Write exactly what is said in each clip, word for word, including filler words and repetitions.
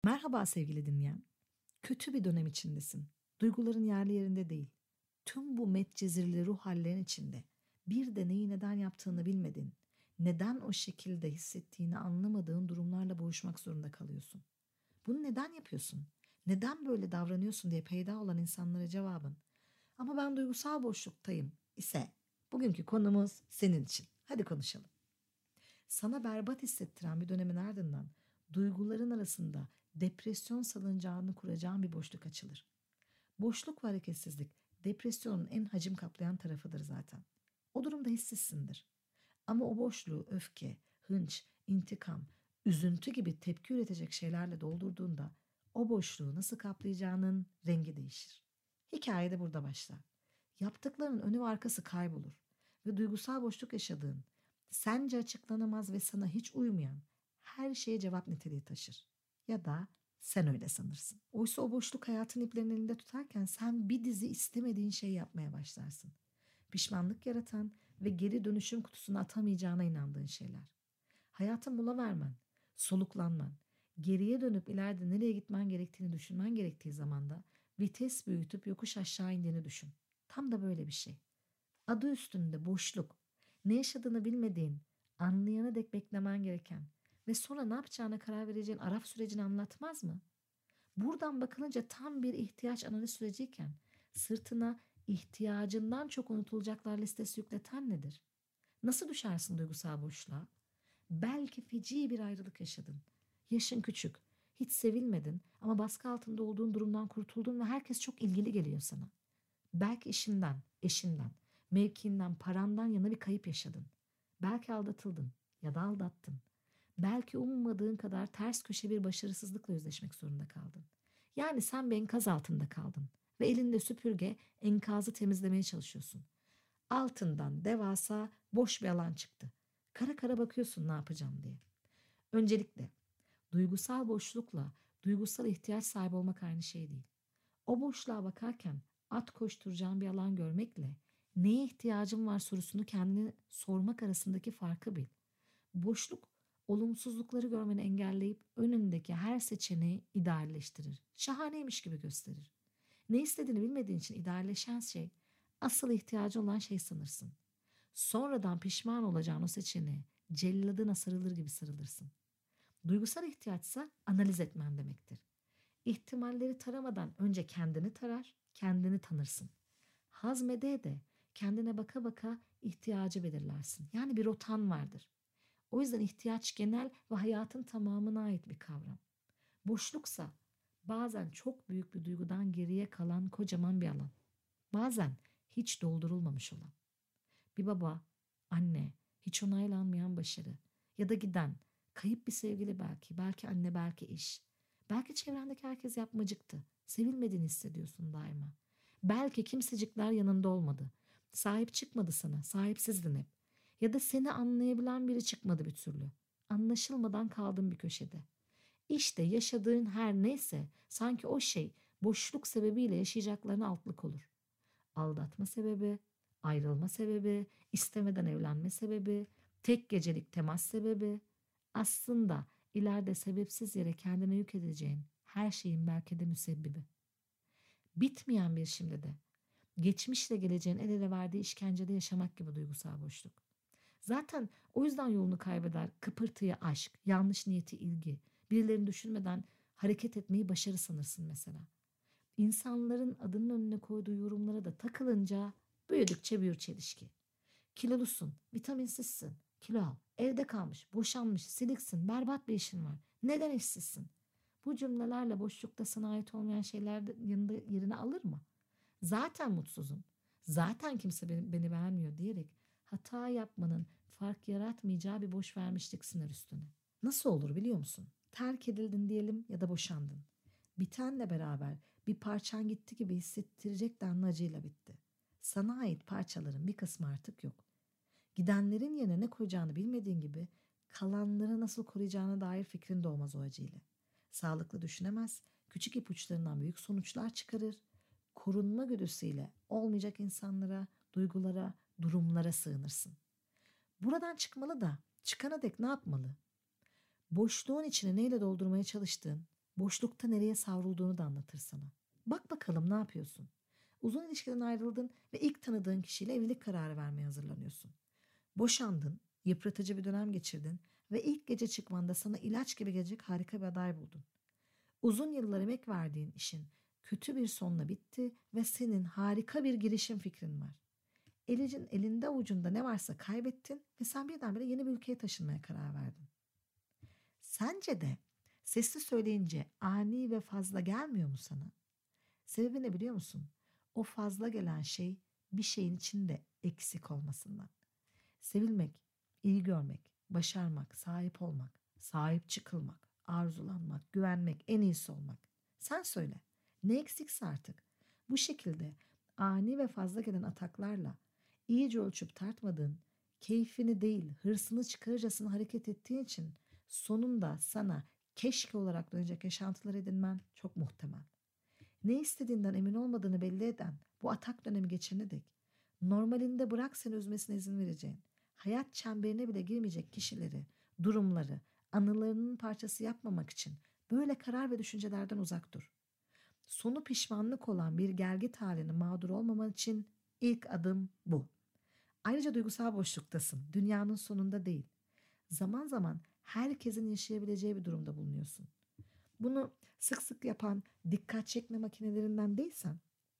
Merhaba sevgili dinleyen. Kötü bir dönem içindesin. Duyguların yerli yerinde değil. Tüm bu metcezirli ruh hallerin içinde. Bir de neyi neden yaptığını bilmedin. Neden o şekilde hissettiğini anlamadığın durumlarla boğuşmak zorunda kalıyorsun. Bunu neden yapıyorsun? Neden böyle davranıyorsun diye peyda olan insanlara cevabın. Ama ben duygusal boşluktayım ise bugünkü konumuz senin için. Hadi konuşalım. Sana berbat hissettiren bir dönemin ardından duyguların arasında depresyon salıncağını kuracağın bir boşluk açılır. Boşluk ve hareketsizlik depresyonun en hacim kaplayan tarafıdır zaten. O durumda hissizsindir. Ama o boşluğu öfke, hınç, intikam, üzüntü gibi tepki üretecek şeylerle doldurduğunda o boşluğu nasıl kaplayacağının rengi değişir. Hikaye de burada başlar. Yaptıklarının önü ve arkası kaybolur ve duygusal boşluk yaşadığın, sence açıklanamaz ve sana hiç uymayan her şeye cevap niteliği taşır. Ya da sen öyle sanırsın. Oysa o boşluk hayatın iplerini elinde tutarken sen bir dizi istemediğin şeyi yapmaya başlarsın. Pişmanlık yaratan ve geri dönüşüm kutusuna atamayacağına inandığın şeyler. Hayata mola vermen, soluklanman, geriye dönüp ileride nereye gitmen gerektiğini düşünmen gerektiği zamanda vites büyütüp yokuş aşağı indiğini düşün. Tam da böyle bir şey. Adı üstünde boşluk. Ne yaşadığını bilmediğin, anlayana dek beklemen gereken ve sonra ne yapacağına karar vereceğin araf sürecini anlatmaz mı? Buradan bakılınca tam bir ihtiyaç analiz süreciyken sırtına ihtiyacından çok unutulacaklar listesi yükleten nedir? Nasıl düşersin duygusal boşluğa? Belki feci bir ayrılık yaşadın. Yaşın küçük, hiç sevilmedin ama baskı altında olduğun durumdan kurtuldun ve herkes çok ilgili geliyor sana. Belki işinden, eşinden, mevkiinden, parandan yana bir kayıp yaşadın. Belki aldatıldın ya da aldattın. Belki ummadığın kadar ters köşe bir başarısızlıkla yüzleşmek zorunda kaldın. Yani sen bir enkaz altında kaldın ve elinde süpürge enkazı temizlemeye çalışıyorsun. Altından devasa boş bir alan çıktı. Kara kara bakıyorsun ne yapacağım diye. Öncelikle duygusal boşlukla duygusal ihtiyaç sahibi olmak aynı şey değil. O boşluğa bakarken at koşturacağın bir alan görmekle neye ihtiyacın var sorusunu kendine sormak arasındaki farkı bil. Boşluk olumsuzlukları görmeni engelleyip önündeki her seçeneği idealleştirir. Şahaneymiş gibi gösterir. Ne istediğini bilmediğin için idealleşen şey asıl ihtiyacı olan şey sanırsın. Sonradan pişman olacağın o seçeneğe celladına sarılır gibi sarılırsın. Duygusal ihtiyaçsa analiz etmen demektir. İhtimalleri taramadan önce kendini tarar, kendini tanırsın. Hazmede de kendine baka baka ihtiyacı belirlersin. Yani bir rotan vardır. O yüzden ihtiyaç genel ve hayatın tamamına ait bir kavram. Boşluksa bazen çok büyük bir duygudan geriye kalan kocaman bir alan. Bazen hiç doldurulmamış olan. Bir baba, anne, hiç onaylanmayan başarı ya da giden, kayıp bir sevgili belki, belki anne, belki iş. Belki çevrendeki herkes yapmacıktı. Sevilmediğini hissediyorsun daima. Belki kimsecikler yanında olmadı. Sahip çıkmadı sana, sahipsizdin hep. Ya da seni anlayabilen biri çıkmadı bir türlü. Anlaşılmadan kaldın bir köşede. İşte yaşadığın her neyse sanki o şey boşluk sebebiyle yaşayacaklarına altlık olur. Aldatma sebebi, ayrılma sebebi, istemeden evlenme sebebi, tek gecelik temas sebebi. Aslında ileride sebepsiz yere kendine yük edeceğin her şeyin belki de müsebbibi. Bitmeyen bir şimdi de geçmişle geleceğin el ele verdiği işkencede yaşamak gibi duygusal boşluk. Zaten o yüzden yolunu kaybeder, kıpırtıyı aşk, yanlış niyeti ilgi, birilerini düşünmeden hareket etmeyi başarı sanırsın mesela. İnsanların adının önüne koyduğu yorumlara da takılınca büyüdükçe büyür çelişki. Kilolusun, vitaminsizsin, kilo al, evde kalmış, boşanmış, siliksin, berbat bir işin var. Neden işsizsin? Bu cümlelerle boşlukta sana ait olmayan şeyler de yanında yerini alır mı? Zaten mutsuzum, zaten kimse beni, beni beğenmiyor diyerek hata yapmanın fark yaratmayacağı bir boş vermişlik sınır üstüne. Nasıl olur biliyor musun? Terk edildin diyelim ya da boşandın. Bitenle beraber bir parçan gitti gibi hissettirecek denli acıyla bitti. Sana ait parçaların bir kısmı artık yok. Gidenlerin yerine ne koyacağını bilmediğin gibi kalanları nasıl koruyacağına dair fikrin de olmaz o acıyla. Sağlıklı düşünemez, küçük ipuçlarından büyük sonuçlar çıkarır. Korunma güdüsüyle olmayacak insanlara, duygulara, durumlara sığınırsın. Buradan çıkmalı da çıkana dek ne yapmalı? Boşluğun içine neyle doldurmaya çalıştığın Boşlukta nereye savrulduğunu da anlatır sana. Bak bakalım ne yapıyorsun? Uzun ilişkiden ayrıldın ve ilk tanıdığın kişiyle evlilik kararı vermeye hazırlanıyorsun. Boşandın, yıpratıcı bir dönem geçirdin ve ilk gece çıkmanda sana ilaç gibi gelecek harika bir aday buldun. Uzun yıllar emek verdiğin işin kötü bir sonla bitti ve senin harika bir girişim fikrin var. Elicin elinde avucunda ne varsa kaybettin ve sen birdenbire yeni bir ülkeye taşınmaya karar verdin. Sence de sesli söyleyince ani ve fazla gelmiyor mu sana? Sebebi ne biliyor musun? O fazla gelen şey bir şeyin içinde eksik olmasından. Sevilmek, iyi görmek, başarmak, sahip olmak, sahip çıkılmak, arzulanmak, güvenmek, en iyisi olmak. Sen söyle. Ne eksikse artık. Bu şekilde ani ve fazla gelen ataklarla iyice ölçüp tartmadığın, keyfini değil hırsını çıkarırcasına hareket ettiğin için sonunda sana keşke olarak dönecek yaşantılar edinmen çok muhtemel. Ne istediğinden emin olmadığını belli eden bu atak dönemi geçene dek normalinde bırak seni üzmesine izin vereceğin, hayat çemberine bile girmeyecek kişileri, durumları, anılarının parçası yapmamak için böyle karar ve düşüncelerden uzak dur. Sonu pişmanlık olan bir gelgit halini mağdur olmaman için ilk adım bu. Ayrıca duygusal boşluktasın. Dünyanın sonunda değil. Zaman zaman herkesin yaşayabileceği bir durumda bulunuyorsun. Bunu sık sık yapan dikkat çekme makinelerinden değilsen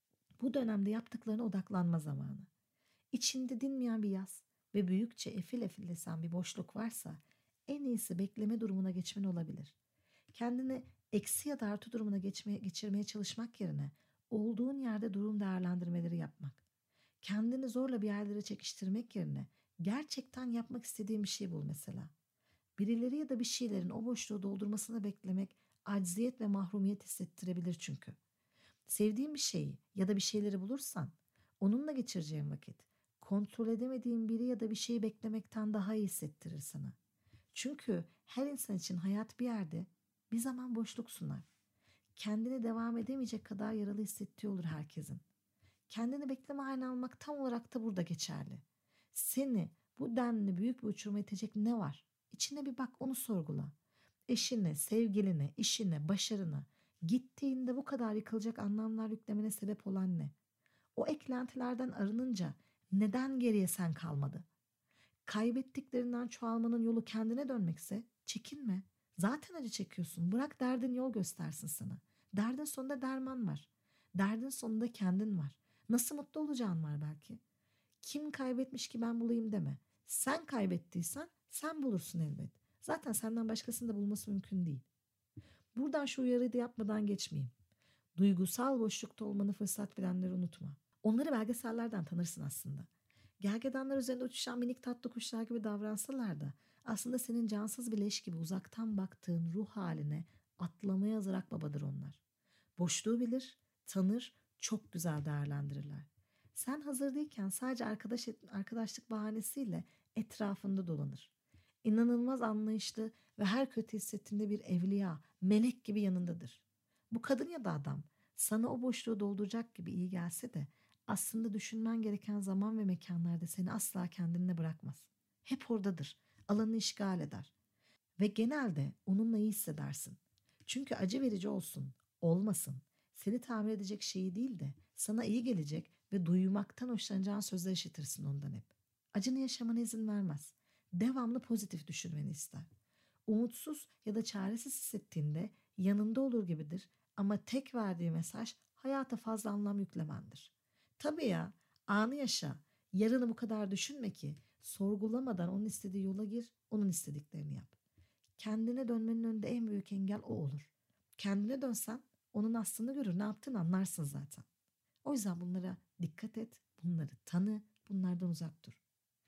bu dönemde yaptıklarına odaklanma zamanı. İçinde dinmeyen bir yaz ve büyükçe efil efil esen bir boşluk varsa en iyisi bekleme durumuna geçmen olabilir. Kendini eksi ya da artı durumuna geçmeye, geçirmeye çalışmak yerine olduğun yerde durum değerlendirmeleri yapmak. Kendini zorla bir yerlere çekiştirmek yerine gerçekten yapmak istediğin bir şey bul mesela. Birileri ya da bir şeylerin o boşluğu doldurmasını beklemek acziyet ve mahrumiyet hissettirebilir çünkü. Sevdiğin bir şeyi ya da bir şeyleri bulursan onunla geçireceğin vakit kontrol edemediğin biri ya da bir şeyi beklemekten daha iyi hissettirir sana. Çünkü her insan için hayat bir yerde bir zaman boşluk sunar. Kendini devam edemeyecek kadar yaralı hissettiği olur herkesin. Kendini bekleme haline almak tam olarak da burada geçerli. Seni bu denli büyük bir uçuruma itecek ne var? İçine bir bak, onu sorgula. Eşine, sevgiline, işine, başarına, gittiğinde bu kadar yıkılacak anlamlar yüklemene sebep olan ne? O eklentilerden arınınca neden geriye sen kalmadı? Kaybettiklerinden çoğalmanın yolu kendine dönmekse çekinme. Zaten acı çekiyorsun. Bırak derdin yol göstersin sana. Derdin sonunda derman var. Derdin sonunda kendin var. Nasıl mutlu olacağın var belki. Kim kaybetmiş ki ben bulayım deme. Sen kaybettiysen sen bulursun elbet. Zaten senden başkasını da bulması mümkün değil. Buradan şu uyarıyı da yapmadan geçmeyeyim. Duygusal boşlukta olmanı fırsat bilenleri unutma. Onları belgesellerden tanırsın aslında. Gergedanlar üzerinde uçuşan minik tatlı kuşlar gibi davransalar da aslında senin cansız bir leş gibi uzaktan baktığın ruh haline atlamaya hazır akbabadır onlar. Boşluğu bilir, tanır, çok güzel değerlendirirler. Sen hazır değilken sadece arkadaş et, arkadaşlık bahanesiyle etrafında dolanır. İnanılmaz anlayışlı ve her kötü hissettiğinde bir evliya, melek gibi yanındadır. Bu kadın ya da adam sana o boşluğu dolduracak gibi iyi gelse de aslında düşünmen gereken zaman ve mekanlarda seni asla kendine bırakmaz. Hep oradadır, alanı işgal eder. Ve genelde onunla iyi hissedersin. Çünkü acı verici olsun, olmasın, seni tamir edecek şeyi değil de sana iyi gelecek ve duymaktan hoşlanacağın sözler işitirsin ondan hep. Acını yaşamana izin vermez. Devamlı pozitif düşünmeni ister. Umutsuz ya da çaresiz hissettiğinde yanında olur gibidir ama tek verdiği mesaj hayata fazla anlam yüklemendir. Tabii ya, anı yaşa, yarını bu kadar düşünme ki sorgulamadan onun istediği yola gir, onun istediklerini yap. Kendine dönmenin önünde en büyük engel o olur. Kendine dönsen onun aslını görür, ne yaptığını anlarsın zaten. O yüzden bunlara dikkat et, bunları tanı, bunlardan uzak dur.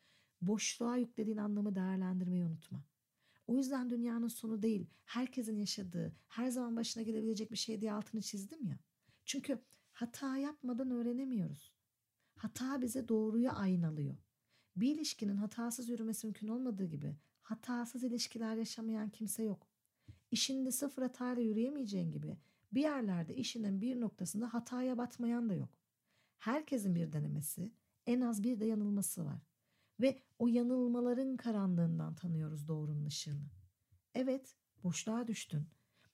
Boşluğa yüklediğin anlamı değerlendirmeyi unutma. O yüzden dünyanın sonu değil, herkesin yaşadığı, her zaman başına gelebilecek bir şey diye altını çizdim ya. Çünkü hata yapmadan öğrenemiyoruz. Hata bize doğruyu aynalıyor. Bir ilişkinin hatasız yürümesi mümkün olmadığı gibi hatasız ilişkiler yaşamayan kimse yok. İşinde sıfır hatayla yürüyemeyeceğin gibi bir yerlerde işinin bir noktasında hataya batmayan da yok. Herkesin bir denemesi, en az bir de yanılması var. Ve o yanılmaların karanlığından tanıyoruz doğrunun ışığını. Evet, boşluğa düştün.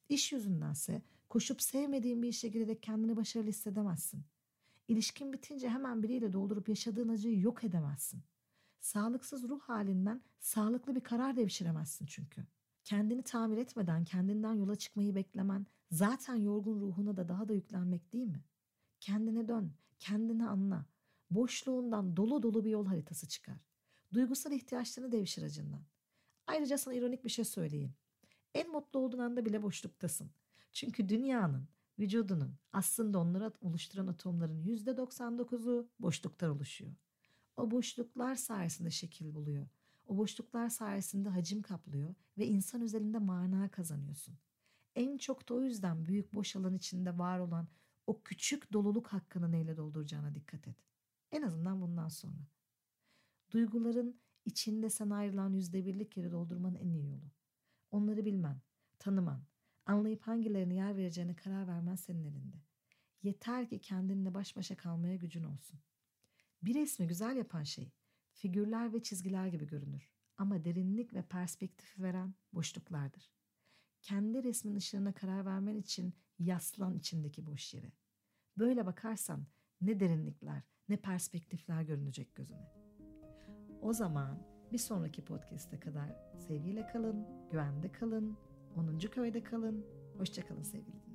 İş yüzündense koşup sevmediğin bir işe girerek kendini başarılı hissedemezsin. İlişkin bitince hemen biriyle doldurup yaşadığın acıyı yok edemezsin. Sağlıksız ruh halinden sağlıklı bir karar devşiremezsin çünkü. Kendini tamir etmeden kendinden yola çıkmayı beklemen zaten yorgun ruhuna da daha da yüklenmek değil mi? Kendine dön, kendini anla. Boşluğundan dolu dolu bir yol haritası çıkar. Duygusal ihtiyaçlarını devşir acından. Ayrıca sana ironik bir şey söyleyeyim. En mutlu olduğun anda bile boşluktasın. Çünkü dünyanın, vücudunun aslında onları oluşturan atomların yüzde doksan dokuzu boşluktan oluşuyor. O boşluklar sayesinde şekil buluyor. O boşluklar sayesinde hacim kaplıyor ve insan özelinde mana kazanıyorsun. En çok da o yüzden büyük boş alan içinde var olan o küçük doluluk hakkını neyle dolduracağına dikkat et. En azından bundan sonra. Duyguların içinde sana ayrılan yüzde birlik yeri doldurmanın en iyi yolu. Onları bilmen, tanıman, anlayıp hangilerine yer vereceğine karar vermen senin elinde. Yeter ki kendinle baş başa kalmaya gücün olsun. Bir resmi güzel yapan şey figürler ve çizgiler gibi görünür. Ama derinlik ve perspektif veren boşluklardır. Kendi resmin ışığına karar vermen için yaslan içindeki boş yere. Böyle bakarsan ne derinlikler ne perspektifler görünecek gözüne. O zaman bir sonraki podcast'e kadar sevgiyle kalın, güvende kalın, onuncu köyde kalın. Hoşça kalın sevgili.